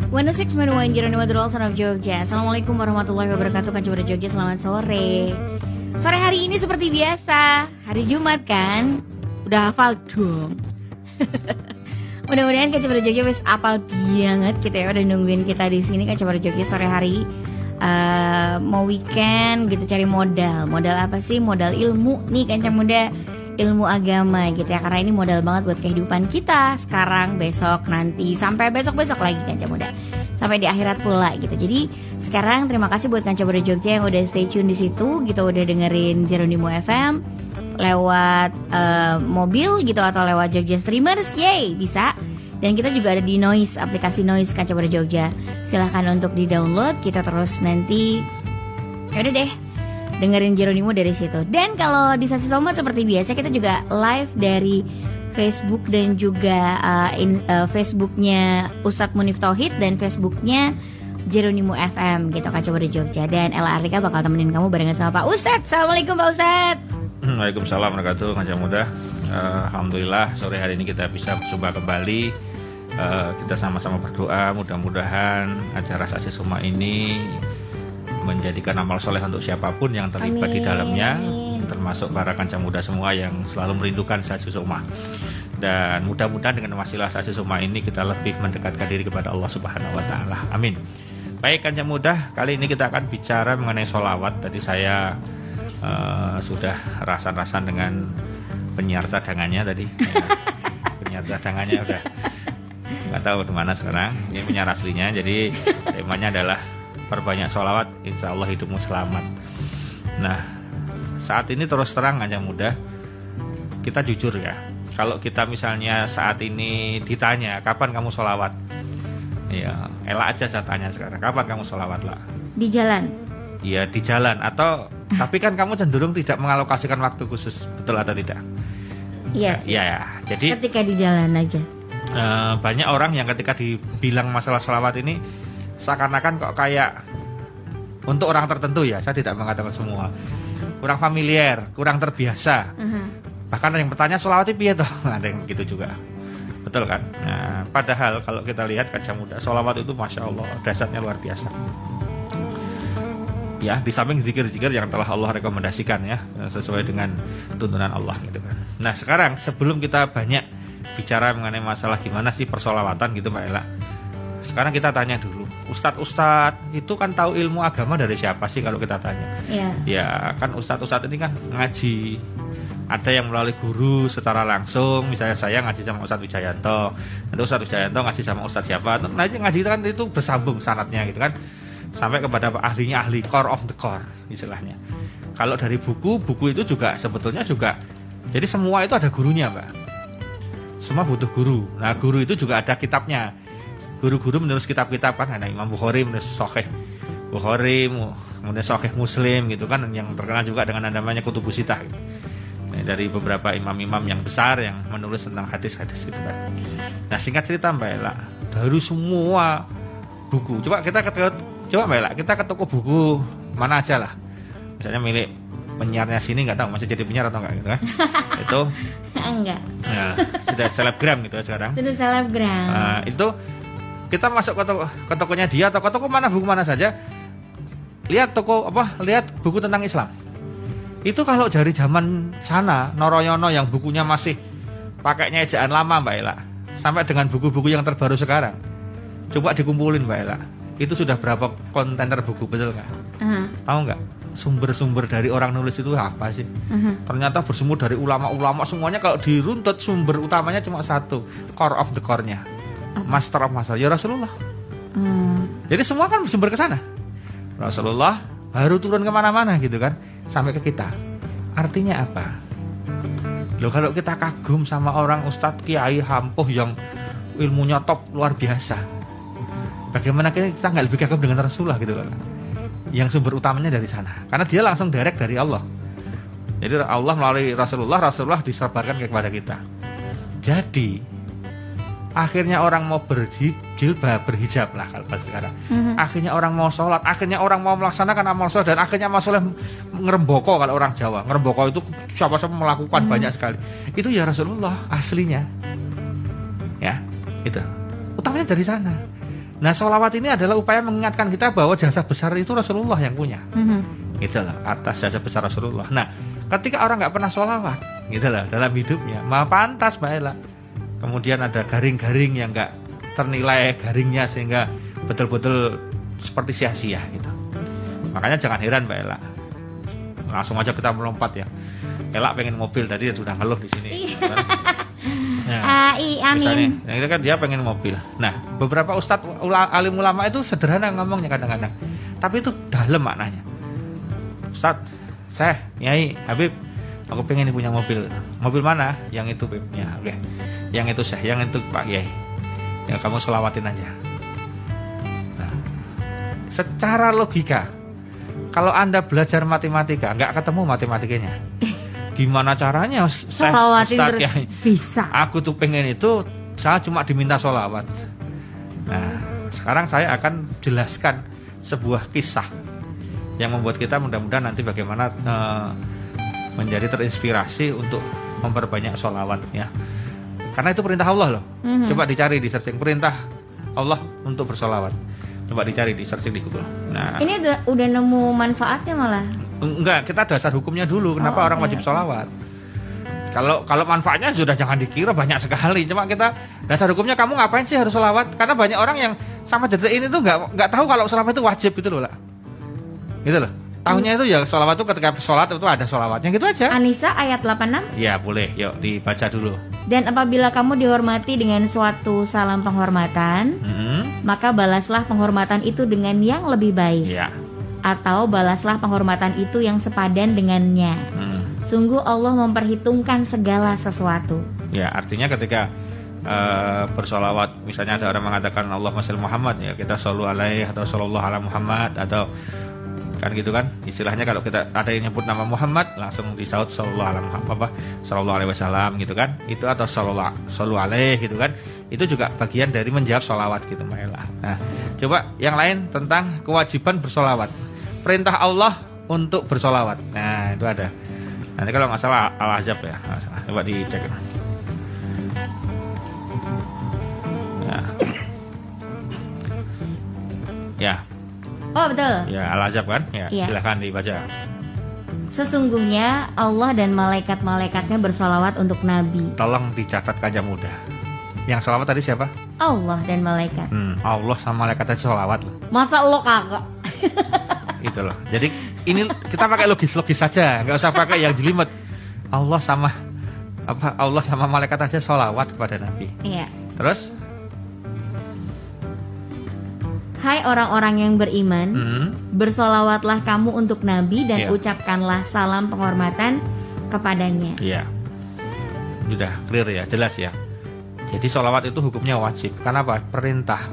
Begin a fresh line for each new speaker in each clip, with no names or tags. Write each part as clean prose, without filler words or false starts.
106.1 Jeronimo The Roll Son of Jogja. Assalamualaikum warahmatullahi wabarakatuh. Kancamada Jogja, selamat sore. Sore hari ini seperti biasa, hari Jumat kan? Udah hafal dong. Mudah-mudahan Kancamada Jogja wis apal banget kita ya. Udah nungguin kita di sini Kancamada Jogja sore hari. Mau weekend gitu, cari modal. Modal apa sih? Modal ilmu nih Kancamada. Ilmu agama gitu ya, karena ini modal banget buat kehidupan kita sekarang, besok, nanti, sampai besok-besok lagi Kancamada, sampai di akhirat pula gitu. Jadi sekarang terima kasih buat Kancamada Jogja yang udah stay tune di situ gitu, udah dengerin Jeronimo FM lewat mobil gitu atau lewat Jogja Streamers, yay bisa. Dan kita juga ada di Noise, aplikasi Noise Kancamada Jogja. Silahkan untuk di download, kita terus nanti yaudah deh dengerin Jeronimo dari situ. Dan kalau di Sasi Soma seperti biasa kita juga live dari Facebook dan juga Facebooknya Ustadz Munif Tauhid dan Facebooknya Jeronimo FM gitu Kancamada Jogja. Dan Ella Arika bakal temenin kamu barengan sama Pak Ustadz. Assalamualaikum Pak Ustadz.
Waalaikumsalam warahmatullahi wabarakatuh Kancamada. Alhamdulillah sore hari ini kita bisa berjumpa kembali. Kita sama-sama berdoa mudah-mudahan acara Sasi Soma ini menjadikan amal soleh untuk siapapun yang terlibat di dalamnya, termasuk para Kancamada semua yang selalu merindukan Sasi Soma. Dan mudah-mudahan dengan wasilah Sasi Soma ini kita lebih mendekatkan diri kepada Allah Subhanahu wa taala. Amin. Baik Kancamada, kali ini kita akan bicara mengenai sholawat. Tadi saya sudah rasan-rasan dengan penyiar cadangannya tadi. Penyiar cadangannya udah nggak tahu kemana sekarang. Ini penyiar aslinya. Jadi temanya adalah perbanyak sholawat, insya Allah hidupmu selamat. Nah, saat ini terus terang Kancamada, kita jujur ya. Kalau kita misalnya saat ini ditanya, kapan kamu sholawat? Ya, Ella aja saya tanya sekarang, kapan kamu sholawat lah?
Di jalan.
Iya, di jalan. Atau, tapi kan kamu cenderung tidak mengalokasikan waktu khusus, betul atau tidak?
Iya.
Iya, jadi
ketika di jalan aja.
Banyak orang yang ketika dibilang masalah sholawat ini seakan-akan kok kayak untuk orang tertentu ya, saya tidak mengatakan semua, kurang familiar, kurang terbiasa. Bahkan yang bertanya sholawat piye toh, ada yang gitu juga, betul kan? Nah, padahal kalau kita lihat Kancamada, sholawat itu masya Allah dasarnya luar biasa. Ya, di samping zikir-zikir yang telah Allah rekomendasikan ya, sesuai dengan tuntunan Allah gitu kan. Nah sekarang sebelum kita banyak bicara mengenai masalah gimana sih persolawatan gitu Mbak Ella, sekarang kita tanya dulu, Ustadz itu kan tahu ilmu agama dari siapa sih kalau kita tanya? Ya kan Ustadz ini kan ngaji. Ada yang melalui guru secara langsung, misalnya saya ngaji sama Ustadz Wijayanto, nanti Ustadz Wijayanto ngaji sama Ustadz siapa. Nah ngaji itu kan itu bersambung sanatnya gitu kan, sampai kepada ahlinya ahli, core of the core istilahnya. Kalau dari buku itu juga sebetulnya juga, jadi semua itu ada gurunya Mbak. Semua butuh guru. Nah guru itu juga ada kitabnya. Guru-guru menulis kitab-kitab kan, ada Imam Bukhari menulis Sahih Bukhari, kemudian Sahih Muslim gitu kan, yang terkenal juga dengan namanya Kutubus Sittah gitu. Nah, dari beberapa imam-imam yang besar yang menulis tentang hadis-hadis gitu kan. Nah singkat cerita Mbak Ella, dari semua buku, coba Mbak Ella, kita ke toko buku mana aja lah, misalnya milik penyiarnya sini, nggak tahu masih jadi penyiar atau enggak gitu kan. Itu
enggak.
Nah, sudah selebgram gitu ya sekarang.
Sudah selebgram.
Nah, itu kita masuk ke tokonya dia atau ke toko mana, buku mana saja, lihat lihat buku tentang Islam. Itu kalau dari zaman sana Noroyono yang bukunya masih pakainya ejaan lama Mbak Ella, sampai dengan buku-buku yang terbaru sekarang, coba dikumpulin Mbak Ella, itu sudah berapa kontainer buku, betul nggak? Tahu nggak sumber-sumber dari orang nulis itu apa sih? Ternyata bersumber dari ulama-ulama semuanya. Kalau diruntut sumber utamanya cuma satu, core of the core-nya, master of master, ya Rasulullah. Jadi semua kan bersumber ke sana. Rasulullah baru turun kemana-mana gitu kan, sampai ke kita. Artinya apa? Loh, kalau kita kagum sama orang ustadz kiai hampuh yang ilmunya top luar biasa, bagaimana kita nggak lebih kagum dengan Rasulullah gitu kan? Yang sumber utamanya dari sana, karena dia langsung direct dari Allah. Jadi Allah melalui Rasulullah disabarkan kepada kita. Jadi akhirnya orang mau berjilbab, berhijab lah kalau pas sekarang. Akhirnya orang mau sholat, akhirnya orang mau melaksanakan amal soleh, dan akhirnya amal soleh ngeremboko. Kalau orang Jawa ngeremboko itu siapa-siapa melakukan banyak sekali. Itu ya Rasulullah aslinya. Ya, itu utamanya dari sana. Nah, sholawat ini adalah upaya mengingatkan kita bahwa jasa besar itu Rasulullah yang punya. Gitu loh, atas jasa besar Rasulullah. Nah, ketika orang nggak pernah sholawat, gitu loh, dalam hidupnya, mah pantas Mbak Ella. Kemudian ada garing-garing yang nggak ternilai garingnya sehingga betul-betul seperti sia-sia gitu. Makanya jangan heran Mbak Ella. Langsung aja kita melompat ya. Ella pengen mobil, tadi sudah ngeluh di sini. Nah,
amin.
Misalnya, itu kan dia pengen mobil. Nah, beberapa ustadz alim ulama itu sederhana ngomongnya kadang-kadang, tapi itu dalam maknanya. Ustadz, saya, Nyai, Habib, aku pengen punya mobil. Mobil mana? Yang itu, Beb. Ya, oke. Yang itu Syekh, yang itu Pak Kiai. Ya kamu selawatin aja. Nah, secara logika, kalau Anda belajar matematika, nggak ketemu matematikanya. Gimana caranya
Ustadz ya? Bisa.
Aku tuh pengen itu, saya cuma diminta sholawat. Nah, sekarang saya akan jelaskan sebuah kisah yang membuat kita mudah-mudahan nanti bagaimana menjadi terinspirasi untuk memperbanyak sholawat ya. Karena itu perintah Allah loh. Coba dicari di searching perintah Allah untuk bersholawat. Coba dicari di searching di Google. Nah,
ini udah nemu manfaatnya malah.
Enggak, kita dasar hukumnya dulu. Kenapa orang wajib sholawat? Kalau manfaatnya sudah jangan dikira banyak sekali. Cuma kita dasar hukumnya kamu ngapain sih harus sholawat? Karena banyak orang yang sama detik ini tuh nggak tahu kalau sholawat itu wajib gitu loh lah. Gitu loh. Tahunya itu ya sholawat itu ketika sholat itu ada sholawatnya gitu aja.
An-Nisa ayat 86.
Ya boleh, yuk dibaca dulu.
Dan apabila kamu dihormati dengan suatu salam penghormatan, maka balaslah penghormatan itu dengan yang lebih baik.
Ya.
Atau balaslah penghormatan itu yang sepadan dengannya. Sungguh Allah memperhitungkan segala sesuatu.
Ya, artinya ketika bersolawat, misalnya ada orang mengatakan Allahumma shalli Muhammad, ya kita shollu alaihi atau sallallahu ala Muhammad atau kan gitu kan, istilahnya kalau kita ada yang nyebut nama Muhammad langsung disaut sallallahu ala Muhammad, sallallahu alaihi wasallam gitu kan, itu atau sallallahu alaihi gitu kan, itu juga bagian dari menjawab sholawat gitu Mbak Ella. Nah, coba yang lain tentang kewajiban bersolawat. Perintah Allah untuk bersolawat. Nah, itu ada. Nanti kalau nggak salah Al-Ahzab ya. Coba dicek. Ya. Ya.
Oh betul.
Ya, Al-Ahzab kan? Ya, silakan dibaca.
Sesungguhnya Allah dan malaikat-malaikatnya bersolawat untuk Nabi.
Tolong dicatat kaca muda. Yang sholawat tadi siapa?
Allah dan malaikat.
Allah sama malaikatnya sholawat loh.
Masa lo kagak?
Itu loh. Jadi ini kita pakai logis saja, nggak usah pakai yang jelimet. Allah sama malaikat aja sholawat kepada Nabi.
Iya.
Terus?
Hai orang-orang yang beriman, bersolawatlah kamu untuk Nabi dan ucapkanlah salam penghormatan kepadanya.
Iya. Sudah clear ya, jelas ya. Jadi sholawat itu hukumnya wajib. Kenapa? Perintah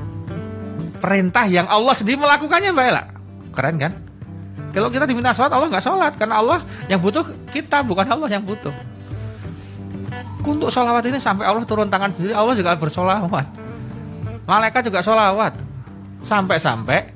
yang Allah sendiri melakukannya Mbak Ella. Keren kan? Kalau kita diminta sholat, Allah nggak sholat. Karena Allah yang butuh kita, bukan Allah yang butuh. Untuk sholawat ini sampai Allah turun tangan sendiri, Allah juga bersolawat. Malaikat juga sholawat. Sampai-sampai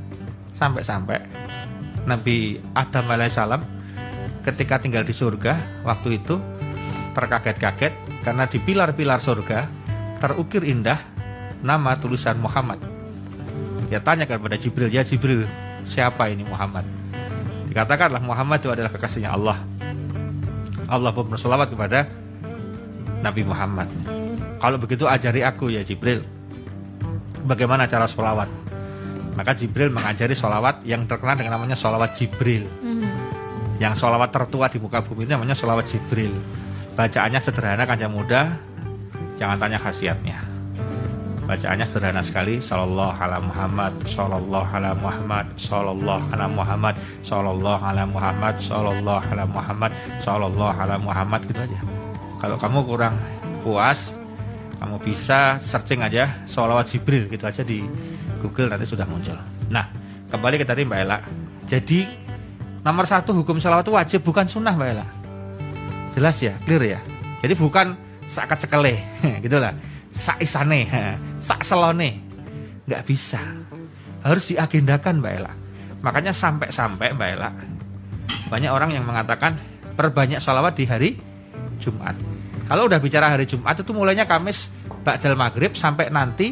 Nabi Adam alaihissalam ketika tinggal di surga waktu itu terkaget-kaget karena di pilar-pilar surga terukir indah nama tulisan Muhammad. Dia tanya kepada Jibril, ya Jibril, siapa ini Muhammad? Dikatakanlah Muhammad itu adalah kekasihnya Allah. Allah pun berselawat kepada Nabi Muhammad. Kalau begitu ajari aku ya Jibril, bagaimana cara sholawat? Maka Jibril mengajari sholawat yang terkenal dengan namanya sholawat Jibril. Yang sholawat tertua di muka bumi ini namanya sholawat Jibril. Bacaannya sederhana, kancah muda, jangan tanya khasiatnya. Bacaannya sederhana sekali, sallallahu ala Muhammad, sallallahu ala Muhammad, sallallahu ala Muhammad, sallallahu ala Muhammad, sallallahu ala Muhammad, sallallahu ala Muhammad, gitu aja. Kalau kamu kurang puas, kamu bisa searching aja sholawat Jibril gitu aja di Google, nanti sudah muncul. Nah, kembali ke tadi Mbak Ella. Jadi nomor 1 hukum sholawat itu wajib, bukan sunnah Mbak Ella. Jelas ya, clear ya. Jadi bukan sak kecekele, gitulah, sak isane, sak selone, nggak bisa. Harus diagendakan Mbak Ella. Makanya sampai Mbak Ella, banyak orang yang mengatakan perbanyak sholawat di hari Jumat. Kalau udah bicara hari Jumat itu mulainya Kamis ba'dal maghrib sampai nanti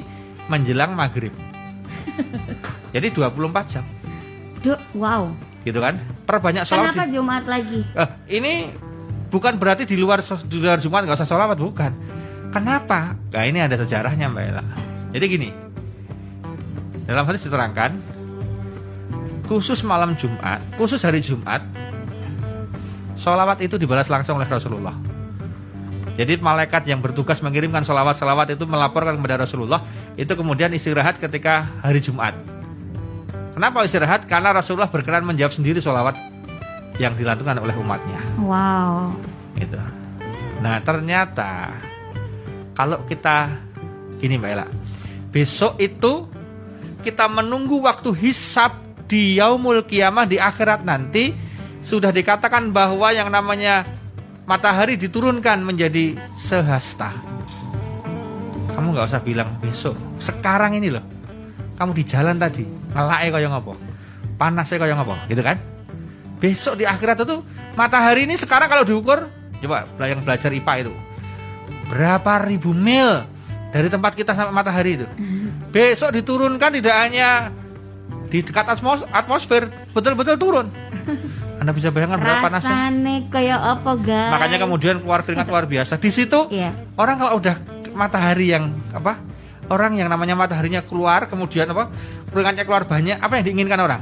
menjelang maghrib. Jadi 24 jam.
Wow.
Gitu kan? Perbanyak sholawat.
Kenapa Jumat lagi?
Ini bukan berarti di luar Jumat nggak usah sholawat, bukan. Kenapa? Nah ini ada sejarahnya Mbak Ella. Jadi gini, dalam hadis diterangkan, khusus malam Jumat, khusus hari Jumat, sholawat itu dibalas langsung oleh Rasulullah. Jadi malaikat yang bertugas mengirimkan sholawat-sholawat itu melaporkan kepada Rasulullah, itu kemudian istirahat ketika hari Jumat. Kenapa istirahat? Karena Rasulullah berkenan menjawab sendiri sholawat yang dilantunkan oleh umatnya.
Wow.
Gitu. Nah ternyata kalau kita gini Mbak Ella, besok itu kita menunggu waktu hisab di yaumul kiamah, di akhirat nanti sudah dikatakan bahwa yang namanya matahari diturunkan menjadi sehasta. Kamu nggak usah bilang besok, sekarang ini loh. Kamu di jalan tadi ngelake kaya ngopo, panasnya kaya ngopo, gitu kan? Besok di akhirat itu matahari ini sekarang kalau diukur, coba yang belajar IPA itu, berapa ribu mil dari tempat kita sampai matahari itu. Besok diturunkan tidak hanya di dekat atmosfer, betul-betul turun. Anda bisa bayangkan berapa panasnya?
Rasanya kayak apa guys?
Makanya kemudian keluar keringat luar biasa. Di situ orang kalau udah matahari yang apa? Orang yang namanya mataharinya keluar, kemudian apa? Keringatnya keluar banyak, apa yang diinginkan orang?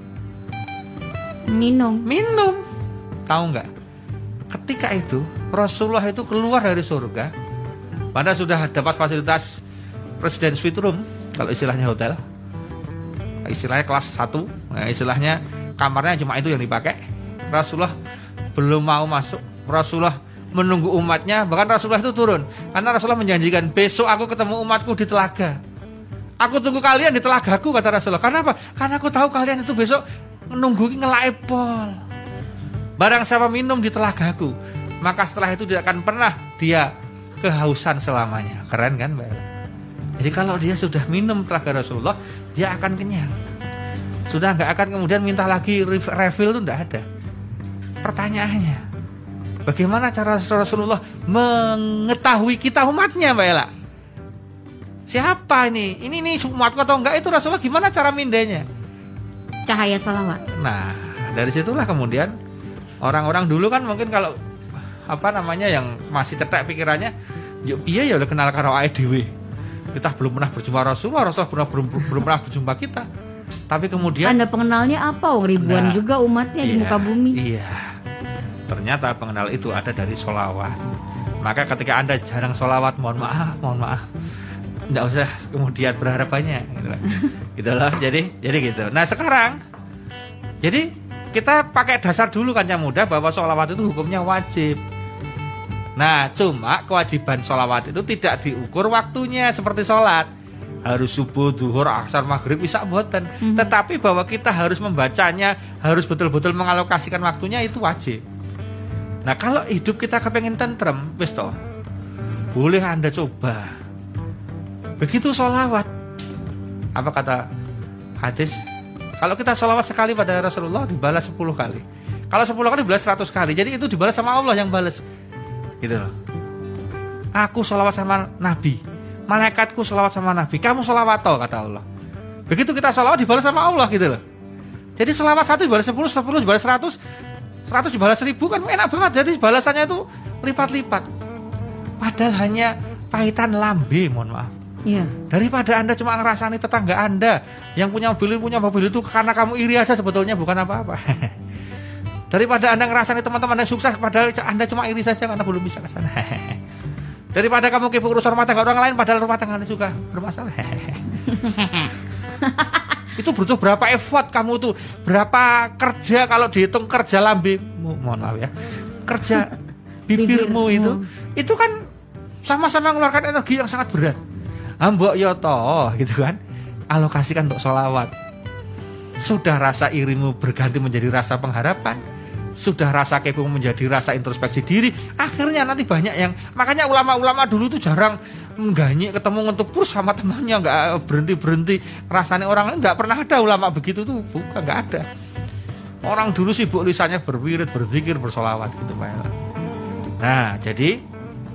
Minum.
Tahu nggak? Ketika itu Rasulullah itu keluar dari surga, padahal sudah dapat fasilitas presiden suite room, kalau istilahnya hotel, istilahnya kelas 1, nah, istilahnya kamarnya cuma itu yang dipakai. Rasulullah belum mau masuk. Rasulullah menunggu umatnya. Bahkan Rasulullah itu turun, karena Rasulullah menjanjikan, besok aku ketemu umatku di telaga. Aku tunggu kalian di telagaku, kata Rasulullah. Kenapa? Karena aku tahu kalian itu besok menunggu ngelake pol. Barang siapa minum di telagaku, maka setelah itu tidak akan pernah dia kehausan selamanya. Keren kan Mbak Ella? Jadi kalau dia sudah minum telaga Rasulullah, dia akan kenyang. Sudah nggak akan kemudian minta lagi refill, itu nggak ada. Pertanyaannya, bagaimana cara Rasulullah mengetahui kita umatnya Mbak Ella? Siapa ini? Ini umatku atau enggak? Itu Rasulullah gimana cara mindanya?
Cahaya salawat.
Nah, dari situlah kemudian orang-orang dulu kan mungkin kalau apa namanya yang masih cetek pikirannya, yuk piye ya udah kenal karo awake dhewe. Kita belum pernah berjumpa Rasulullah belum pernah berjumpa kita. Tapi kemudian
Anda pengenalnya apa? Ribuan juga umatnya di muka bumi.
Iya. Ternyata pengenal itu ada dari sholawat. Maka ketika Anda jarang sholawat, mohon maaf. Nggak usah kemudian berharap banyak gitu loh. Jadi gitu. Nah sekarang, jadi kita pakai dasar dulu Kanca Muda bahwa sholawat itu hukumnya wajib. Nah cuma kewajiban sholawat itu tidak diukur waktunya seperti sholat. Harus subuh, zuhur, asar, maghrib, isya, boten. Tetapi bahwa kita harus membacanya, harus betul-betul mengalokasikan waktunya, itu wajib. Nah kalau hidup kita kepengen tentrem, wis toh, boleh Anda coba. Begitu sholawat, apa kata hadis? Kalau kita sholawat sekali pada Rasulullah dibalas 10 kali. Kalau 10 kali dibalas 100 kali. Jadi itu dibalas sama Allah yang balas. Gitu loh. Aku sholawat sama Nabi, malaikatku sholawat sama Nabi, kamu sholawat toh, kata Allah. Begitu kita sholawat dibalas sama Allah gitu loh. Jadi sholawat 1 dibalas 10, 10 dibalas 100, 100 dibalas 1000, kan enak banget. Jadi balasannya itu lipat-lipat. Padahal hanya pahitan lambe, mohon maaf.
Iya.
Daripada Anda cuma ngerasani tetangga Anda yang punya mobil itu karena kamu iri aja, sebetulnya bukan apa-apa. Daripada Anda ngerasani teman-teman yang sukses padahal Anda cuma iri saja karena belum bisa ke sana. Daripada kamu kepo urusan rumah tangga orang lain padahal rumah tangga Anda juga bermasalah. Itu butuh berapa effort kamu tuh, berapa kerja kalau dihitung kerja lambemu, mohon maaf ya, kerja bibirmu itu kan sama-sama mengeluarkan energi yang sangat berat. Mbok yo toh gitu kan, alokasikan untuk sholawat. Sudah rasa irimu berganti menjadi rasa pengharapan, sudah rasa kepo menjadi rasa introspeksi diri. Akhirnya nanti banyak yang, makanya ulama-ulama dulu tuh jarang mengganyik ketemu ngentupur sama temannya, nggak berhenti rasanya orang lain. Nggak pernah ada ulama begitu tuh, bukan, nggak ada. Orang dulu sibuk lisannya berwirid, berzikir, bersolawat gitu Pak. Nah jadi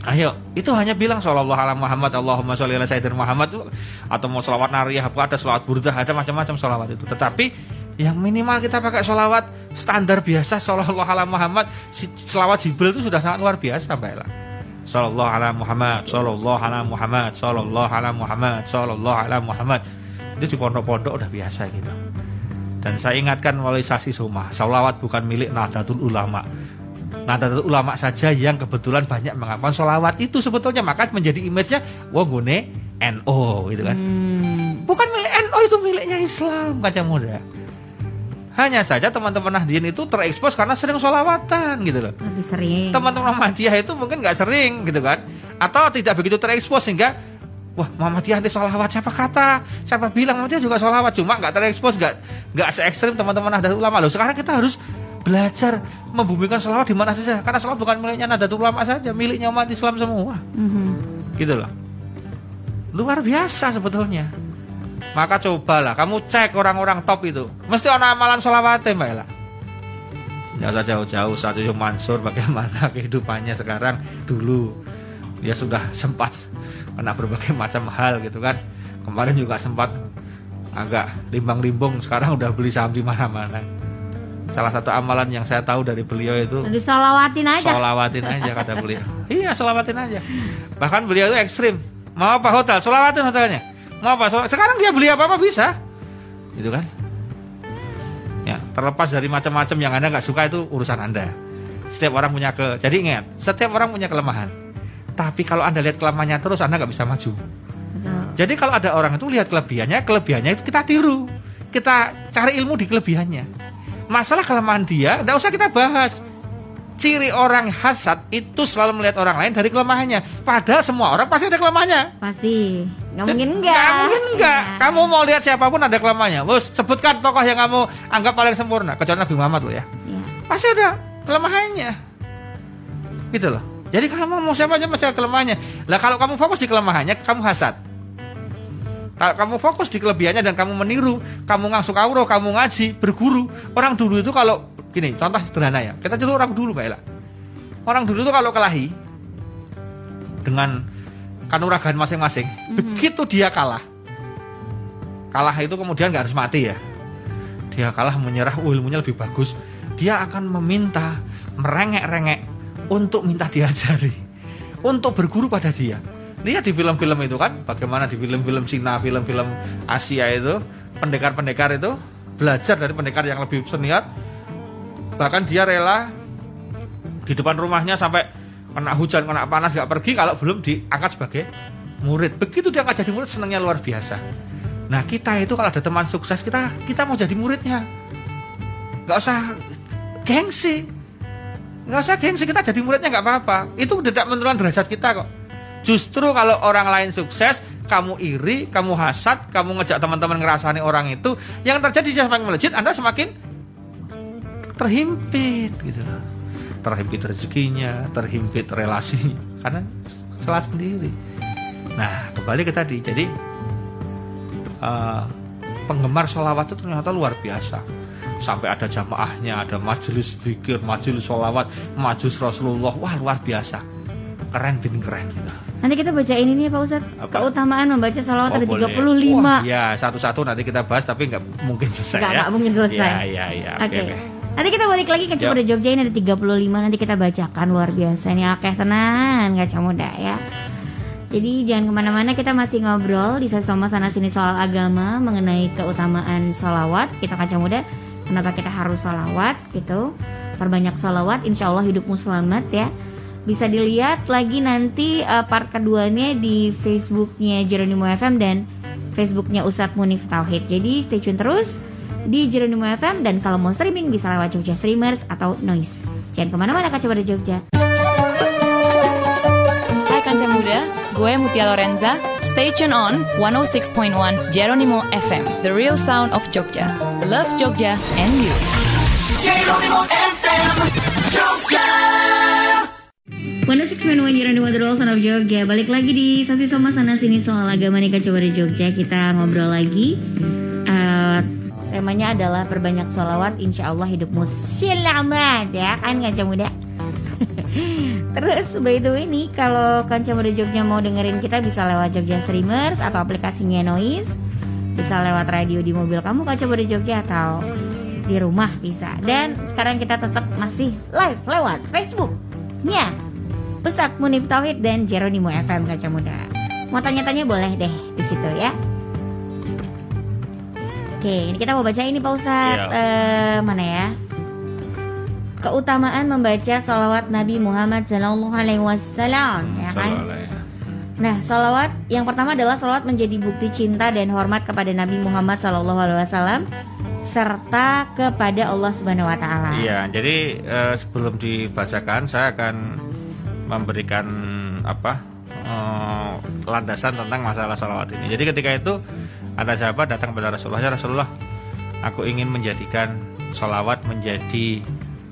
Ayo, itu hanya bilang sallallahu ala Muhammad, Allahumma sholli ala sayyidina Muhammad, atau mau sholawat nariyah, ada sholawat burdah, ada macam-macam sholawat itu. Tetapi yang minimal kita pakai sholawat standar biasa, sallallahu ala Muhammad. Sholawat Jibril itu sudah sangat luar biasa, Mbak Ella. Sallallahu ala Muhammad, sallallahu ala Muhammad, sallallahu ala Muhammad, sallallahu ala Muhammad. Itu di pondok-pondok udah biasa gitu. Dan saya ingatkan melalui Sasi Soma, sholawat bukan milik Nahdlatul Ulama. Nahdlatul Ulama saja yang kebetulan banyak mengamalkan sholawat itu sebetulnya, maka menjadi image-nya wah gune NO gitu kan. Bukan milik NO, itu miliknya Islam, kaca muda. Hanya saja teman-teman Nahdien itu terekspos karena sering sholawatan gitu loh.
Lebih sering.
Teman-teman Muhammadiyah itu mungkin nggak sering gitu kan, atau tidak begitu terekspos sehingga wah Muhammadiyah nanti sholawat, siapa bilang Muhammadiyah juga sholawat, cuma nggak terekspos, nggak se-ekstrim teman-teman Nahdlatul Ulama loh. Sekarang kita harus belajar membumikan sholawat di mana saja, karena sholawat bukan miliknya Nahdlatul Ulama saja, miliknya umat Islam semua. Gitu loh. Luar biasa sebetulnya. Maka cobalah kamu cek orang-orang top itu, mesti ada amalan sholawatnya, Mbak Ella. Jangan usah jauh-jauh, Ustaz Yusuf Mansur bagaimana kehidupannya sekarang. Dulu dia sudah sempat kena berbagai macam hal gitu kan. Kemarin juga sempat agak limbang-limbung, sekarang udah beli saham di mana-mana. Salah satu amalan yang saya tahu dari beliau itu
disolawatin aja.
Solawatin aja kata beliau. Iya, solawatin aja. Bahkan beliau itu ekstrim. Mau apa hotel? Solawatin hotelnya. Mau apa? Sekarang dia beli apa-apa bisa. Gitu kan? Ya, terlepas dari macam-macam yang Anda nggak suka itu urusan Anda. Setiap orang punya jadi ingat, setiap orang punya kelemahan. Tapi kalau Anda lihat kelemahannya terus, Anda nggak bisa maju. Jadi kalau ada orang itu lihat kelebihannya itu kita tiru. Kita cari ilmu di kelebihannya. Masalah kelemahan dia, tidak usah kita bahas. Ciri orang hasad itu selalu melihat orang lain dari kelemahannya. Padahal semua orang pasti ada kelemahannya.
Pasti, nggak mungkin enggak.
Nggak mungkin enggak. Ya. Kamu mau lihat siapapun ada kelemahannya. Bos, sebutkan tokoh yang kamu anggap paling sempurna. Kecuali Nabi Muhammad loh ya. Pasti ada kelemahannya. Gitu loh. Jadi kalau mau siapa aja pasti ada kelemahannya. Lah kalau kamu fokus di kelemahannya, kamu hasad. Kalau kamu fokus di kelebihannya dan kamu meniru, kamu ngasuh kauro, kamu ngaji, berguru. Orang dulu itu kalau gini, contoh sederhana ya. Kita dulu orang dulu, Mbak Ella. Orang dulu itu kalau kelahi dengan kanuragan masing-masing, begitu dia kalah itu kemudian nggak harus mati ya. Dia kalah menyerah, ilmunya lebih bagus. Dia akan meminta, merengek-rengek untuk minta diajari, untuk berguru pada dia. Lihat di film-film itu kan, bagaimana di film-film Cina, film-film Asia itu, pendekar-pendekar itu belajar dari pendekar yang lebih senior. Bahkan dia rela di depan rumahnya sampai kena hujan, kena panas, gak pergi kalau belum diangkat sebagai murid. Begitu dia angkat jadi murid, senangnya luar biasa. Nah kita itu kalau ada teman sukses, kita mau jadi muridnya. Gak usah gengsi, kita jadi muridnya gak apa-apa. Itu tidak menurunkan derajat kita kok. Justru kalau orang lain sukses, kamu iri, kamu hasad, kamu ngejak teman-teman ngerasani orang itu, yang terjadi dia semakin melejit, Anda semakin terhimpit gitu. Terhimpit rezekinya, terhimpit relasinya, karena salah sendiri. Nah, kembali ke tadi. Jadi penggemar sholawat itu ternyata luar biasa. Sampai ada jamaahnya, ada majelis zikir, majelis sholawat, majelis Rasulullah. Wah, luar biasa. Keren gitu.
Nanti kita bacain ini Pak Ustadz. Keutamaan membaca sholawat ada 35.
Wah, ya, satu-satu nanti kita bahas, tapi nggak mungkin selesai.
Nggak mungkin selesai.
Ya.
Oke. Nanti kita balik lagi ke Kaca Muda Jogja, ini ada 35. Nanti kita bacakan, luar biasa. Ini akeh tenan Kaca Muda ya. Jadi jangan kemana-mana, kita masih ngobrol di Sesoma sana sini soal agama, mengenai keutamaan sholawat. Kita Kaca Muda, kenapa kita harus sholawat gitu. Perbanyak sholawat, insya Allah hidupmu selamat ya. Bisa dilihat lagi nanti part keduanya di Facebooknya Jeronimo FM dan Facebooknya Ustadz Munif Tauhid. Jadi stay tune terus di Jeronimo FM, dan kalau mau streaming bisa lewat Jogja Streamers atau Noise. Jangan kemana-mana, Kaca Muda Jogja.
Hai Kaca Muda, gue Mutia Lorenza. Stay tune on 106.1 Jeronimo FM, the real sound of Jogja. Love Jogja and you. Jeronimo FM, Jogja.
106.1 Jeronimo The Real Sound of Jogja. Balik lagi di Sasi Soma sana sini soal agama nih Kaca Muda Jogja. Kita ngobrol lagi. Temanya adalah perbanyak sholawat, insya Allah hidupmu selamat ya kan Kaca Muda. Terus by the way nih, kalau Kanca Muda Jogja mau dengerin kita bisa lewat Jogja Streamers atau aplikasinya Noise. Bisa lewat radio di mobil kamu Kanca Muda Jogja atau di rumah bisa. Dan sekarang kita tetap masih live lewat Facebook-nya Ustadz Munif Tauhid dan Jeronimo FM Kanca Muda. Mau tanya-tanya boleh deh di situ ya. Oke, ini kita mau baca ini Pak Ustadz. Mana ya? Keutamaan membaca salawat Nabi Muhammad Sallallahu Alaihi Wasallam, ya kan? Nah, salawat yang pertama adalah salawat menjadi bukti cinta dan hormat kepada Nabi Muhammad Sallallahu Alaihi Wasallam serta kepada Allah Subhanahu Wa Taala.
Iya, jadi sebelum dibacakan saya akan memberikan landasan tentang masalah salawat ini. Jadi ketika itu ada sahabat datang kepada Rasulullah, ya Rasulullah, aku ingin menjadikan salawat menjadi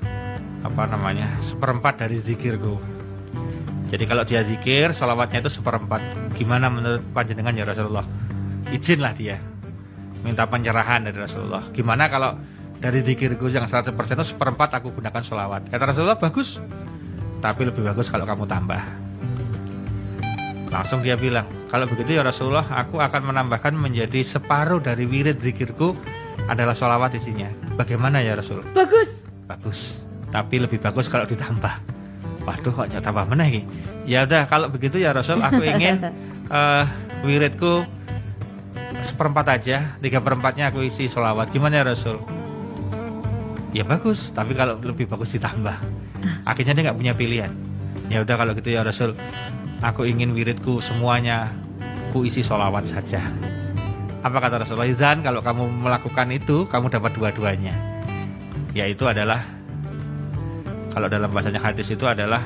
seperempat dari zikirku. Jadi kalau dia zikir, salawatnya itu seperempat. Gimana menurut panjenengan ya Rasulullah? Izinlah dia minta pencerahan dari Rasulullah. Gimana kalau dari zikirku yang 100% itu seperempat aku gunakan salawat? Kata Rasulullah, bagus. Tapi lebih bagus kalau kamu tambah. Langsung dia bilang, kalau begitu ya Rasulullah, aku akan menambahkan menjadi separuh dari wirid zikirku adalah salawat isinya. Bagaimana ya Rasul? Bagus. Tapi lebih bagus kalau ditambah. Waduh, kok tambah mana ini? Ya udah, kalau begitu ya Rasul, aku ingin wiridku seperempat aja, 3/4-nya aku isi sholawat. Gimana ya Rasul? Ya bagus, tapi kalau lebih bagus ditambah. Akhirnya dia nggak punya pilihan. Ya udah kalau gitu ya Rasul, aku ingin wiridku semuanya ku isi sholawat saja. Apa kata Rasulullah? Izan, kalau kamu melakukan itu, kamu dapat dua-duanya. Yaitu adalah, kalau dalam bahasanya hadis itu adalah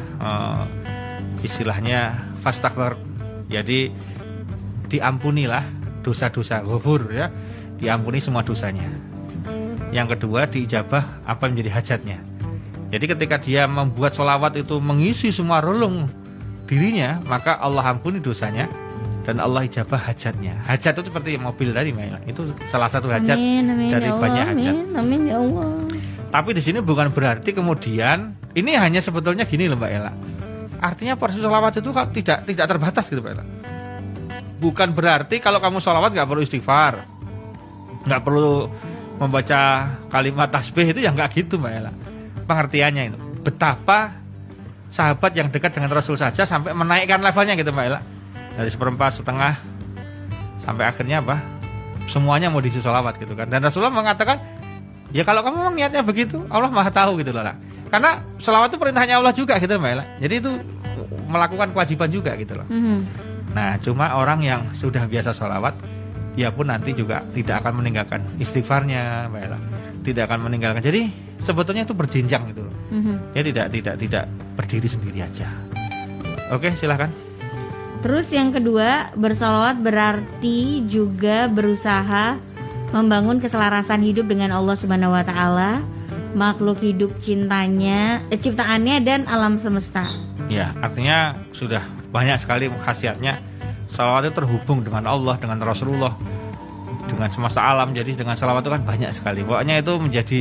istilahnya fastaghfir. Jadi diampunilah dosa-dosa, ghafur ya, diampuni semua dosanya. Yang kedua, diijabah apa yang menjadi hajatnya. Jadi ketika dia membuat sholawat itu mengisi semua relung dirinya, maka Allah ampuni dosanya dan Allah ijabah hajatnya. Hajat itu seperti mobil tadi, itu salah satu hajat dari banyak hajat.
Amin ya Allah.
Tapi di sini bukan berarti kemudian ini hanya sebetulnya gini loh Mbak Ella. Artinya porsi sholawat itu tidak terbatas gitu Mbak Ella. Bukan berarti kalau kamu sholawat nggak perlu istighfar, nggak perlu membaca kalimat tasbih, itu ya nggak gitu Mbak Ella. Pengertiannya itu betapa sahabat yang dekat dengan Rasul saja sampai menaikkan levelnya gitu Mbak Ella. Dari seperempat, setengah, sampai akhirnya semuanya mau diisi sholawat gitu kan. Dan Rasulullah mengatakan, ya kalau kamu memang niatnya begitu, Allah Maha tahu gitu loh. Karena sholawat itu perintahnya Allah juga gitu Mbak Ella. Jadi itu melakukan kewajiban juga gitu loh. Nah, cuma orang yang sudah biasa sholawat, dia pun nanti juga tidak akan meninggalkan istighfarnya Mbak Ella. Tidak akan meninggalkan. Jadi sebetulnya itu berjenjang gitu loh. Ya tidak berdiri sendiri aja. Oke, silakan.
Terus yang kedua, bersalawat berarti juga berusaha membangun keselarasan hidup dengan Allah Subhanahu wa taala, makhluk hidup ciptaannya dan alam semesta.
Ya, artinya sudah banyak sekali khasiatnya. Salawat itu terhubung dengan Allah, dengan Rasulullah, dengan semesta alam. Jadi dengan salawat itu kan banyak sekali. Pokoknya itu menjadi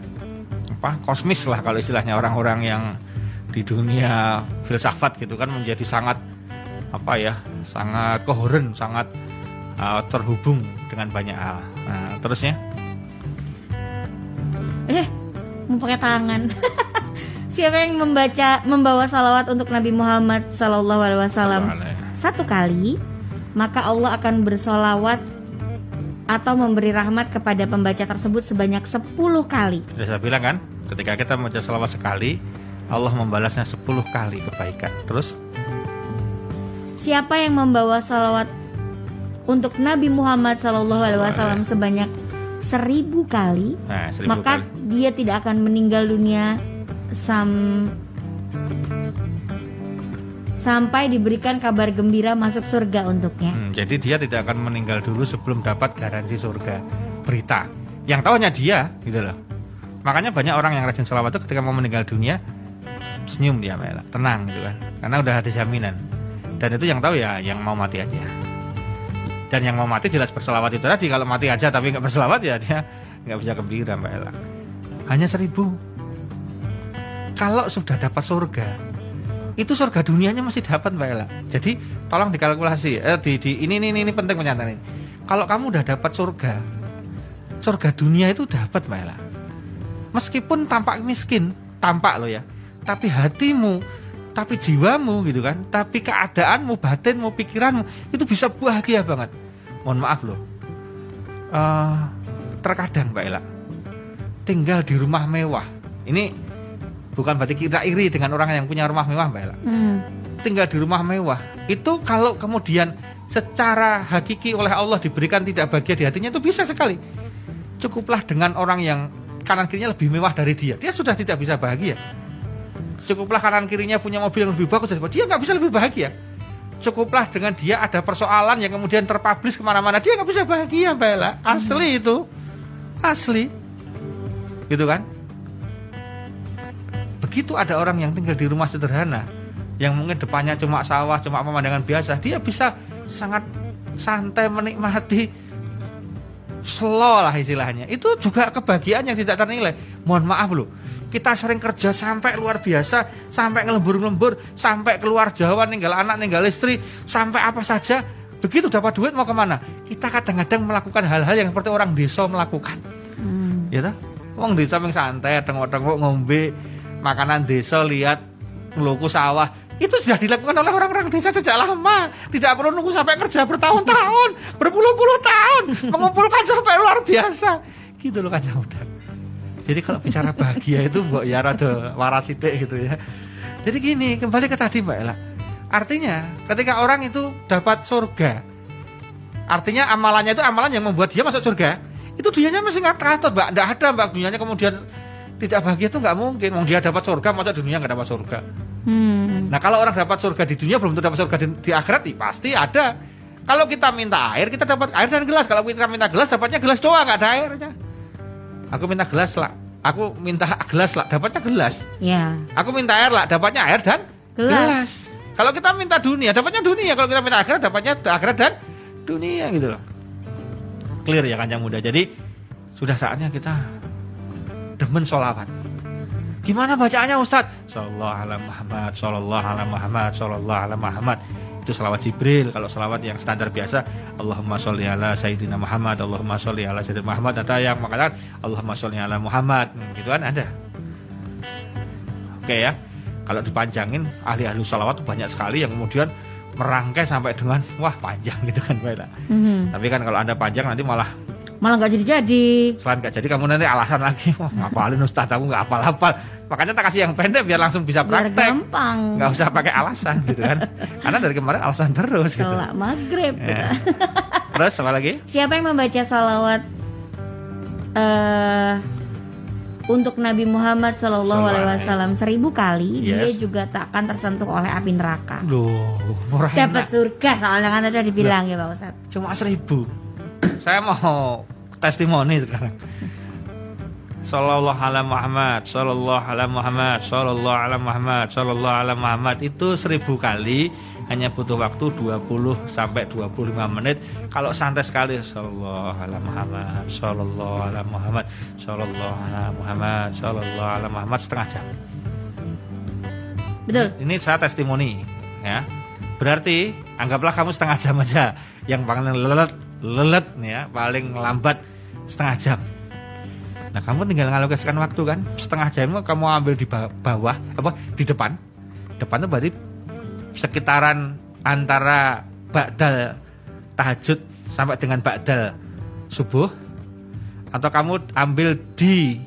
kosmis lah kalau istilahnya orang-orang yang di dunia filsafat gitu kan, menjadi sangat sangat koheren, sangat terhubung dengan banyak hal. Nah, terusnya
mau pakai tangan. Siapa yang membawa salawat untuk Nabi Muhammad Sallallahu Alaihi Wasallam 1 kali, maka Allah akan bersolawat atau memberi rahmat kepada pembaca tersebut sebanyak 10 kali.
Sudah saya bilang kan, ketika kita membaca salawat sekali, Allah membalasnya 10 kali kebaikan. Terus,
siapa yang membawa salawat untuk Nabi Muhammad Sallallahu Alaihi Wasallam sebanyak 1000 kali, maka dia tidak akan meninggal dunia sampai diberikan kabar gembira masuk surga untuknya.
Jadi dia tidak akan meninggal dulu sebelum dapat garansi surga. Berita yang tahu hanya dia gitu loh. Makanya banyak orang yang rajin salawat itu ketika mau meninggal dunia senyum dia, tenang gitu kan, karena udah ada jaminan. Dan itu yang tahu ya yang mau mati aja. Dan yang mau mati jelas berselawat itu tadi. Kalau mati aja tapi nggak berselawat ya dia nggak bisa gembira Mbak Ella. Hanya 1000. Kalau sudah dapat surga, itu surga dunianya masih dapat Mbak Ella. Jadi tolong dikalkulasi. Ini penting penyataan ini. Kalau kamu udah dapat surga dunia itu dapat Mbak Ella. Meskipun tampak miskin, tampak loh ya. Tapi hatimu, tapi jiwamu gitu kan, tapi keadaanmu, batinmu, pikiranmu itu bisa bahagia banget. Mohon maaf loh. Terkadang Mbak Ella tinggal di rumah mewah. Ini bukan berarti kita iri dengan orang yang punya rumah mewah Mbak Ella. Tinggal di rumah mewah itu kalau kemudian secara hakiki oleh Allah diberikan tidak bahagia di hatinya itu bisa sekali. Cukuplah dengan orang yang kanan kirinya lebih mewah dari dia sudah tidak bisa bahagia. Cukuplah kanan kirinya punya mobil yang lebih bagus daripada dia nggak bisa lebih bahagia. Cukuplah dengan dia ada persoalan yang kemudian terpublish kemana-mana, dia nggak bisa bahagia Mbak Ella. Asli itu, asli, gitu kan? Begitu ada orang yang tinggal di rumah sederhana, yang mungkin depannya cuma sawah, cuma pemandangan biasa, dia bisa sangat santai menikmati, slow lah istilahnya. Itu juga kebahagiaan yang tidak ternilai. Mohon maaf loh, kita sering kerja sampai luar biasa, sampai ngelembur-lembur, sampai keluar Jawa, ninggal anak, ninggal istri, sampai apa saja. Begitu dapat duit mau kemana? Kita kadang-kadang melakukan hal-hal yang seperti orang desa melakukan. Ya toh? Wong desa yang santai, tengok-tengok ngombe makanan desa, lihat ngeluku sawah. Itu sudah dilakukan oleh orang-orang desa sejak lama. Tidak perlu nunggu sampai kerja bertahun-tahun, berpuluh-puluh tahun, mengumpulkan sampai luar biasa. Gitu loh Kanjeng Muda. Jadi kalau bicara bahagia itu mbok ya rada waras sithik gitu ya. Jadi gini, kembali ke tadi Mbak Ella. Artinya ketika orang itu dapat surga, artinya amalannya itu amalan yang membuat dia masuk surga. Itu dunianya masih ngatur Mbak. Enggak ada Mbak dunianya kemudian tidak bahagia itu nggak mungkin. Wong dia dapat surga, masa dunia nggak dapat surga. Nah kalau orang dapat surga di dunia belum tentu dapat surga di akhirat, pasti ada. Kalau kita minta air, kita dapat air dan gelas. Kalau kita minta gelas, dapatnya gelas doang, nggak ada airnya. Aku minta gelas lah, aku minta gelas lah, dapatnya gelas. Ya. Aku minta air lah, dapatnya air dan gelas. Kalau kita minta dunia, dapatnya dunia. Kalau kita minta akhirat, dapatnya akhirat dan dunia gitu loh. Clear ya Kanjeng Muda. Jadi sudah saatnya kita demen sholawat. Gimana bacaannya Ustadz? Sallallahu ala Muhammad, sallallahu ala Muhammad, sallallahu ala Muhammad. Itu selawat Jibril. Kalau selawat yang standar biasa, Allahumma sholli ala Sayyidina Muhammad, Allahumma sholli ala Sayyidina Muhammad. Ada yang mengatakan Allahumma sholli ala Muhammad, gitu kan ada. Oke ya. Kalau dipanjangin, ahli-ahli selawat itu banyak sekali yang kemudian merangkai sampai dengan wah panjang gitu kan Mbak Ella. Tapi kan kalau Anda panjang nanti malah nggak jadi. Selain nggak jadi, kamu nanti alasan lagi, wah ngapalin Ustadz, aku nggak hafal. Makanya tak kasih yang pendek biar langsung bisa praktek. Biar gampang. Nggak usah pakai alasan gitu kan. Karena dari kemarin alasan terus gitu.
Sholat maghrib.
Ya. Terus apa lagi?
Siapa yang membaca salawat untuk Nabi Muhammad SAW 1000 kali, dia juga tak akan tersentuh oleh api neraka.
Loh, murah
dapat surga soalnya kan tadi dibilang ya Pak Ustadz.
Cuma 1000. Saya mau testimoni sekarang. Sallallahu ala Muhammad, sallallahu ala Muhammad, sallallahu ala Muhammad, sallallahu ala Muhammad. Itu 1000 kali hanya butuh waktu 20 sampai 25 menit. Kalau santai sekali sallallahu ala Muhammad, sallallahu ala Muhammad, sallallahu ala Muhammad, sallallahu ala Muhammad, setengah jam.
Betul.
Ini saya testimoni ya. Berarti anggaplah kamu setengah jam aja. Yang paling lelet ya, paling lambat setengah jam. Nah kamu tinggal ngalokasikan waktu kan, setengah jam kamu ambil di bawah apa di depan itu berarti sekitaran antara ba'dal tahajud sampai dengan ba'dal subuh, atau kamu ambil di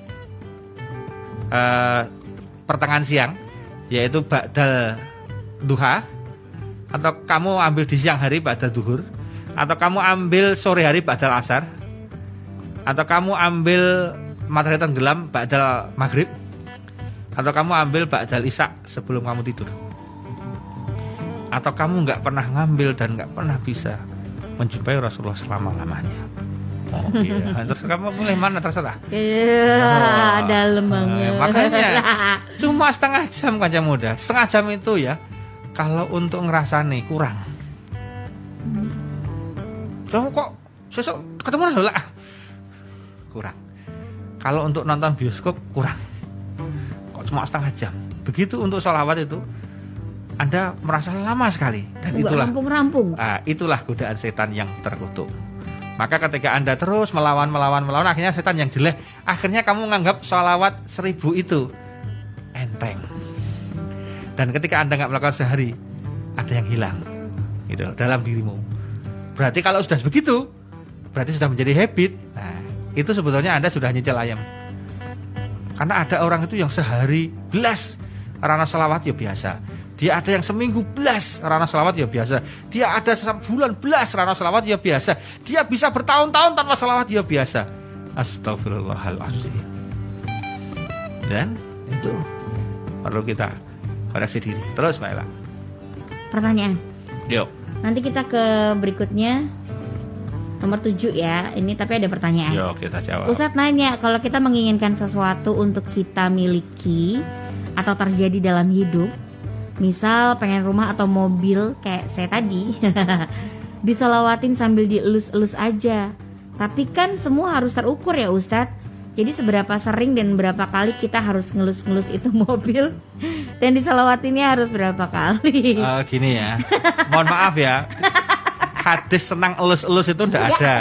pertengahan siang yaitu ba'dal duha, atau kamu ambil di siang hari ba'dal duhur, atau kamu ambil sore hari ba'dal asar, atau kamu ambil matahari tenggelam ba'dal maghrib, atau kamu ambil ba'dal isya sebelum kamu tidur, atau kamu nggak pernah ngambil dan nggak pernah bisa menjumpai Rasulullah selama-lamanya. Oh iya, terus kamu pilih mana terserah.
Iya, dalam banget.
Makanya cuma setengah jam Kanjeng Muda. Setengah jam itu ya, kalau untuk ngerasani kurang. Kamu kok sesuk ketemu lah kurang. Kalau untuk nonton bioskop kurang. Kok cuma setengah jam. Begitu untuk sholawat itu Anda merasa lama sekali. Dan
Nggak
itulah
rampung-rampung.
itulah godaan setan yang terkutuk. Maka ketika Anda terus melawan, akhirnya setan yang jelek, akhirnya kamu menganggap sholawat 1000 itu enteng. Dan ketika Anda nggak melakukan sehari, ada yang hilang gitu dalam dirimu. Berarti kalau sudah begitu, berarti sudah menjadi habit. Nah, itu sebetulnya Anda sudah nyicil ayam. Karena ada orang itu yang sehari belas rana sholawat ya biasa. Dia ada yang seminggu belas rana sholawat ya biasa. Dia ada sebulan belas rana sholawat ya biasa. Dia bisa bertahun-tahun tanpa sholawat ya biasa. Astagfirullahaladzim. Dan itu perlu kita koreksi diri. Terus Mbak Ella.
Pertanyaan.
Yuk.
Nanti kita ke berikutnya. Nomor 7 ya. Ini tapi ada pertanyaan.
Yuk kita jawab.
Ustadz nanya, kalau kita menginginkan sesuatu untuk kita miliki atau terjadi dalam hidup, misal pengen rumah atau mobil kayak saya tadi, diselawatin sambil dielus-elus aja. Tapi kan semua harus terukur ya Ustadz. Jadi seberapa sering dan berapa kali kita harus ngelus-ngelus itu mobil, dan diselawatinnya harus berapa kali?
Gini ya, mohon maaf ya, hadis senang elus-elus itu enggak ada.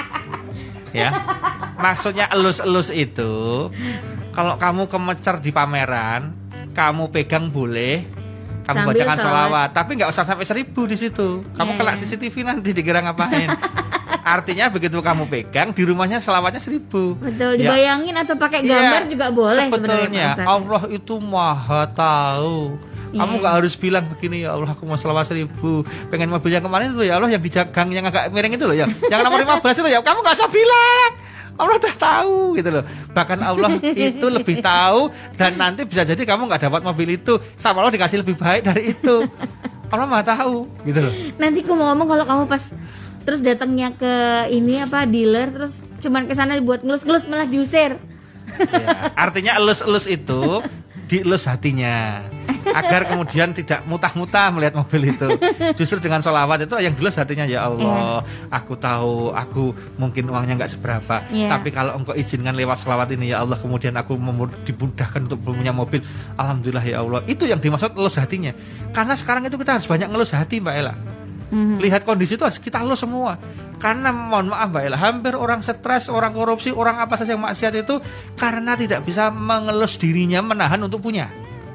Ya, maksudnya elus-elus itu, kalau kamu kemecer di pameran, kamu pegang boleh, kamu
sambil
bacakan sholawat, tapi nggak usah sampai 1000 di situ. Kamu kena CCTV nanti dikira ngapain. Artinya begitu kamu pegang di rumahnya sholawatnya 1000.
Betul, dibayangin atau pakai gambar juga boleh.
Sebetulnya Allah itu maha tahu. Kamu nggak harus bilang begini, ya Allah aku mau sholawat 1000. Pengen mobil yang kemarin itu ya Allah, yang di gang yang agak miring itu loh ya, yang nomor 15 itu ya, kamu nggak usah bilang. Allah udah tahu gitu loh. Bahkan Allah itu lebih tahu, dan nanti bisa jadi kamu nggak dapat mobil itu, sama Allah dikasih lebih baik dari itu. Allah maha tahu gitu loh.
Nanti aku mau ngomong kalau kamu pas terus datangnya ke ini apa dealer, terus cuman kesana buat ngelus-ngelus malah diusir.
Ya, artinya elus-elus itu dielus hatinya, agar kemudian tidak mutah-mutah melihat mobil itu. Justru dengan sholawat itu yang dilus hatinya, ya Allah, aku tahu aku mungkin uangnya nggak seberapa, tapi kalau engkau izinkan lewat sholawat ini ya Allah, kemudian aku dimudahkan untuk punya mobil, alhamdulillah ya Allah. Itu yang dimaksud elus hatinya. Karena sekarang itu kita harus banyak ngelus hati Mbak Ella. Lihat kondisi itu harus kita elus semua. Karena mohon maaf Mbak Ella, hampir orang stres, orang korupsi, orang apa saja yang maksiat itu karena tidak bisa mengelus dirinya, menahan untuk punya.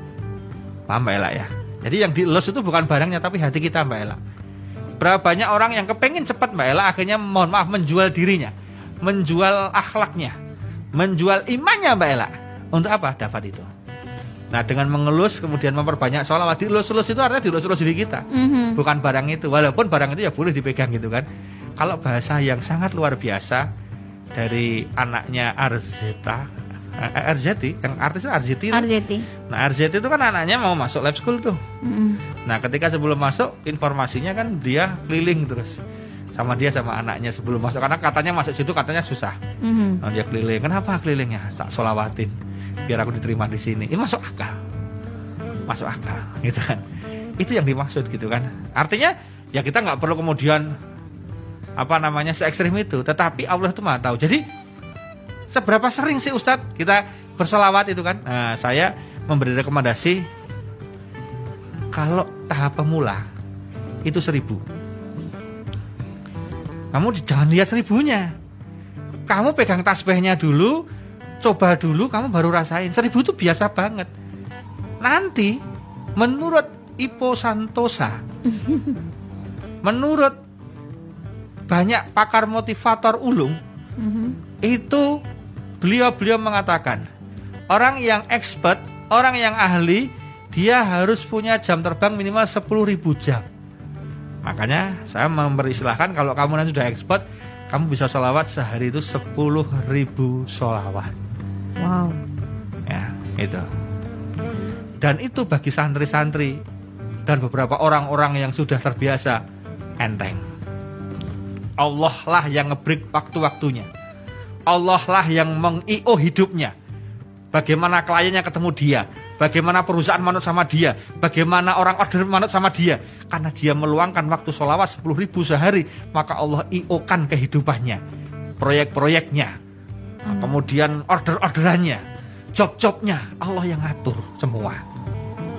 Paham Mbak Ella ya? Jadi yang dielus itu bukan barangnya, tapi hati kita Mbak Ella. Berapa banyak orang yang kepengin cepat Mbak Ella, akhirnya mohon maaf menjual dirinya, menjual akhlaknya, menjual imannya Mbak Ella. Untuk apa? Dapat itu. Nah, dengan mengelus kemudian memperbanyak sholawat, dielus-elus itu artinya dielus-elus diri kita, bukan barang itu. Walaupun barang itu ya boleh dipegang gitu kan. Kalau bahasa yang sangat luar biasa dari anaknya RZT, yang artisnya RZT. Nah, RZT itu kan anaknya mau masuk lab school tuh. Nah, ketika sebelum masuk, informasinya kan dia keliling terus sama dia sama anaknya sebelum masuk, karena katanya masuk situ katanya susah. Nah, dia keliling. Kenapa kelilingnya? Tak sholawatin biar aku diterima di sini. Ini masuk akal gitu kan. Itu yang dimaksud gitu kan. Artinya ya kita nggak perlu kemudian se-ekstrim itu, tetapi Allah itu maha tahu. Jadi seberapa sering sih Ustadz kita bersolawat itu kan. Nah, saya memberi rekomendasi kalau tahap pemula itu 1000. Kamu jangan lihat 1000-nya, kamu pegang tasbihnya dulu, coba dulu, kamu baru rasain. 1000 itu biasa banget. Nanti menurut Ipo Santosa, menurut banyak pakar motivator ulung, itu beliau mengatakan orang yang expert, orang yang ahli, dia harus punya jam terbang minimal 10.000 jam. Makanya saya memperistilahkan kalau kamu nanti sudah expert, kamu bisa sholawat sehari itu 10.000 sholawat.
Wow.
Ya, itu. Dan itu bagi santri-santri dan beberapa orang-orang yang sudah terbiasa, enteng. Allah lah yang nge-break waktu-waktunya. Allah lah yang meng-IO hidupnya. Bagaimana kliennya ketemu dia, bagaimana perusahaan manut sama dia, bagaimana orang order manut sama dia. Karena dia meluangkan waktu sholawat 10.000 sehari, maka Allah IO-kan kehidupannya, proyek-proyeknya, kemudian order-orderannya, job-jobnya, Allah yang ngatur semua.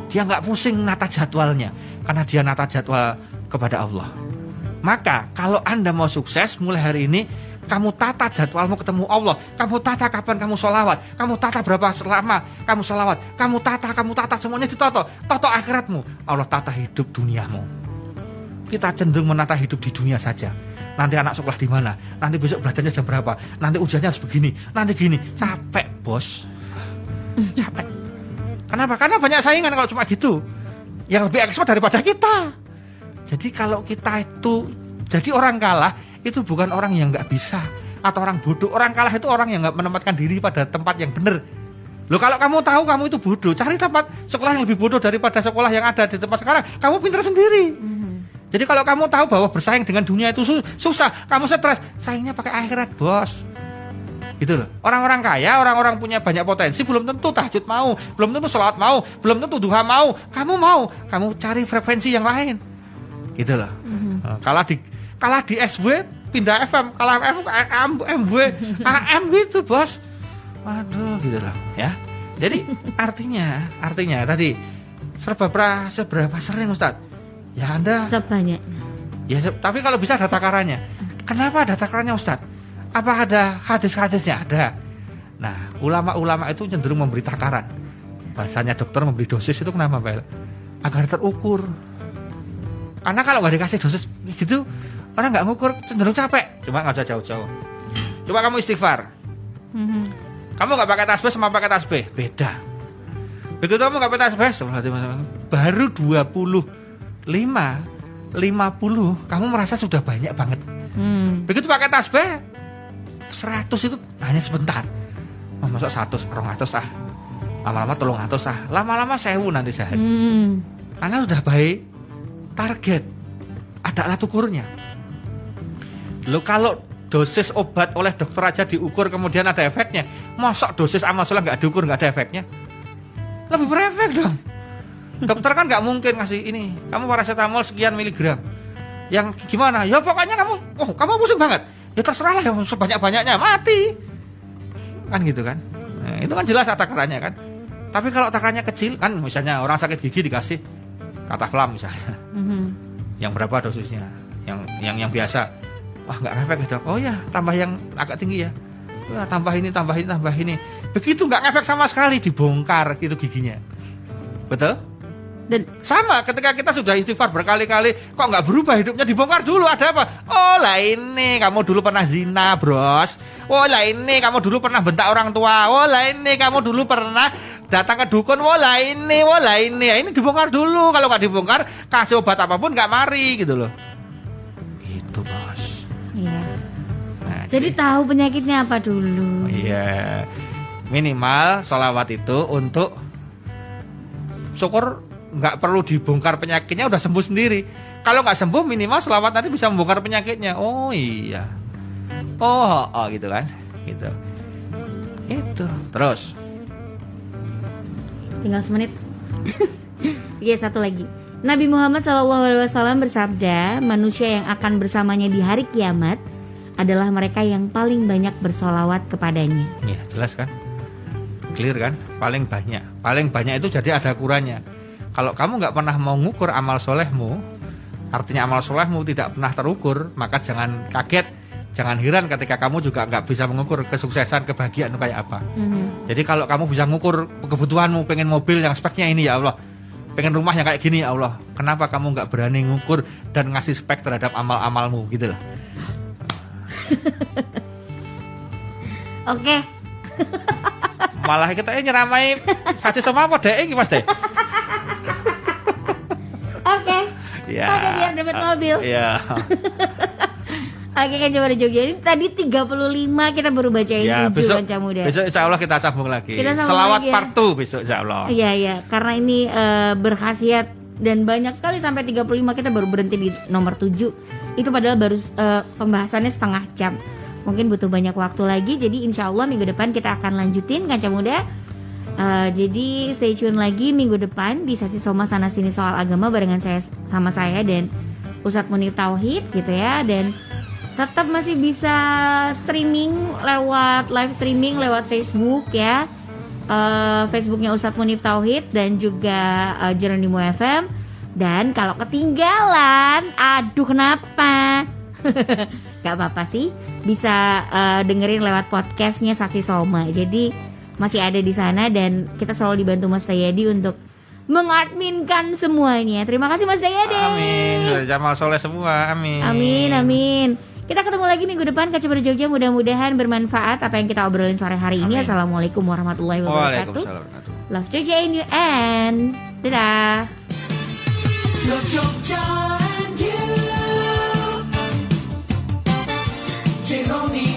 Dia nggak pusing nata jadwalnya, karena dia nata jadwal kepada Allah. Maka kalau Anda mau sukses mulai hari ini, kamu tata jadwalmu ketemu Allah. Kamu tata kapan kamu sholawat, kamu tata berapa selama kamu sholawat, kamu tata semuanya ditata. Tata akhiratmu, Allah tata hidup duniamu. Kita cenderung menata hidup di dunia saja. Nanti anak sekolah di mana, nanti besok belajarnya jam berapa, nanti ujiannya harus begini, nanti gini. Capek bos, capek. Kenapa? Karena banyak saingan kalau cuma gitu, yang lebih ekspert daripada kita. Jadi kalau kita itu jadi orang kalah, itu bukan orang yang nggak bisa atau orang bodoh. Orang kalah itu orang yang nggak menempatkan diri pada tempat yang benar. Loh, kalau kamu tahu kamu itu bodoh, cari tempat sekolah yang lebih bodoh daripada sekolah yang ada di tempat sekarang. Kamu pintar sendiri. Jadi kalau kamu tahu bahwa bersaing dengan dunia itu susah, kamu stres, saingnya pakai akhirat bos. Gitu loh. Orang-orang kaya, orang-orang punya banyak potensi, belum tentu tahajud mau, belum tentu sholat mau, belum tentu duha mau. Kamu mau, kamu cari frekuensi yang lain. Gitu loh. Kalah di SW, pindah FM, kalah MW, AM gitu bos. Waduh, gitu loh ya. Jadi artinya tadi seberapa sering Ustaz? Ya Anda
sebanyak.
Ya, tapi kalau bisa ada takarannya. Kenapa ada takarannya Ustaz? Apa ada hadis-hadisnya? Ada. Nah, ulama-ulama itu cenderung memberi takaran. Bahasanya dokter memberi dosis itu kenapa, Pak? Agar terukur. Karena kalau nggak dikasih dosis gitu, orang nggak ngukur, cenderung capek. Cuma nggak usah jauh-jauh. Coba kamu istighfar. Kamu nggak pakai tasbih sama pakai tasbih, beda. Begitu kamu nggak pakai tasbih, baru 25, 50, kamu merasa sudah banyak banget. Begitu pakai tasbih 100 itu hanya sebentar. Masuk 100, 200 lama-lama 300 lama-lama 1000 nanti sehari. Karena sudah baik target, ada alat ukurnya. Lo kalau dosis obat oleh dokter aja diukur kemudian ada efeknya, masa dosis amal soleh nggak diukur nggak ada efeknya? Lebih berefek dong. Dokter kan nggak mungkin ngasih ini, kamu paracetamol sekian miligram. Yang gimana? Ya pokoknya kamu pusing banget. Ya terserah lah, yang sebanyak-banyaknya mati. Kan gitu kan. Nah, itu kan jelas takarannya kan. Tapi kalau takarannya kecil kan, misalnya orang sakit gigi dikasih Kataflam misalnya. Yang berapa dosisnya? Yang biasa. Wah, nggak ngefek dok. Oh ya, tambah yang agak tinggi ya. Wah, tambah ini. Begitu nggak ngefek sama sekali, dibongkar gitu giginya. Betul? Dan sama ketika kita sudah istighfar berkali-kali, kok nggak berubah hidupnya, dibongkar dulu. Ada apa? Oh lah ini kamu dulu pernah zina bros. Oh lah ini kamu dulu pernah bentak orang tua. Oh lah ini kamu dulu pernah datang ke dukun. Oh lah ini. Ini dibongkar dulu. Kalau nggak dibongkar, kasih obat apapun nggak mari gitu loh. Gitu bos.
Iya. Nah, jadi tahu penyakitnya apa dulu.
Iya. Minimal sholawat itu untuk syukur. Nggak perlu dibongkar penyakitnya, udah sembuh sendiri. Kalau nggak sembuh, minimal selawat nanti bisa membongkar penyakitnya. Oh iya. Oh gitu kan. Gitu. Itu. Terus.
Tinggal semenit. Iya, satu lagi. Nabi Muhammad SAW bersabda, manusia yang akan bersamanya di hari kiamat adalah mereka yang paling banyak bersolawat kepadanya.
Iya, jelas kan? Clear kan? Paling banyak itu jadi ada ukurannya. Kalau kamu nggak pernah mau ngukur amal solehmu, artinya amal solehmu tidak pernah terukur, maka jangan kaget, jangan heran ketika kamu juga nggak bisa mengukur kesuksesan, kebahagiaan kayak apa. Jadi kalau kamu bisa ngukur kebutuhanmu, pengen mobil yang speknya ini ya Allah, pengen rumah yang kayak gini ya Allah, kenapa kamu nggak berani ngukur dan ngasih spek terhadap amal-amalmu gitu loh.
Oke.
Malah kita nyeramai saji sama apa deh ini mas deh.
Oke.
Ya.
Biar dapat mobil.
Iya.
Oke kan coba Jogja ini tadi 35 kita baru bacain
ya,
7 Kanca Muda.
Besok insya Allah kita sambung lagi. Selawat
lagi,
part 2 besok insya Allah.
Iya karena ini berkhasiat dan banyak sekali sampai 35 kita baru berhenti di nomor 7. Itu padahal baru pembahasannya setengah jam. Mungkin butuh banyak waktu lagi. Jadi insya Allah minggu depan kita akan lanjutin Kanca Muda. Jadi stay tune lagi minggu depan di sesi Soma Sana Sini Soal Agama barengan saya dan Ustadz Munir Tauhid gitu ya. Dan tetap masih bisa streaming lewat live streaming lewat Facebook ya. Facebooknya Ustadz Munif Tauhid dan juga Jeronimo FM. Dan kalau ketinggalan, aduh kenapa? Gak apa-apa sih, bisa dengerin lewat podcastnya Saksi Soma. Jadi masih ada di sana dan kita selalu dibantu Mas Dayadi untuk mengadminkan semuanya. Terima kasih Mas Dayadi.
Amin. Jamal soleh semua. Amin.
Amin. Kita ketemu lagi minggu depan Kaca Baru Jogja. Mudah-mudahan bermanfaat apa yang kita obrolin sore hari ini. Assalamualaikum warahmatullahi wabarakatuh. Love Jogja in you and dadah. Love Jogja and you. Jeronimo.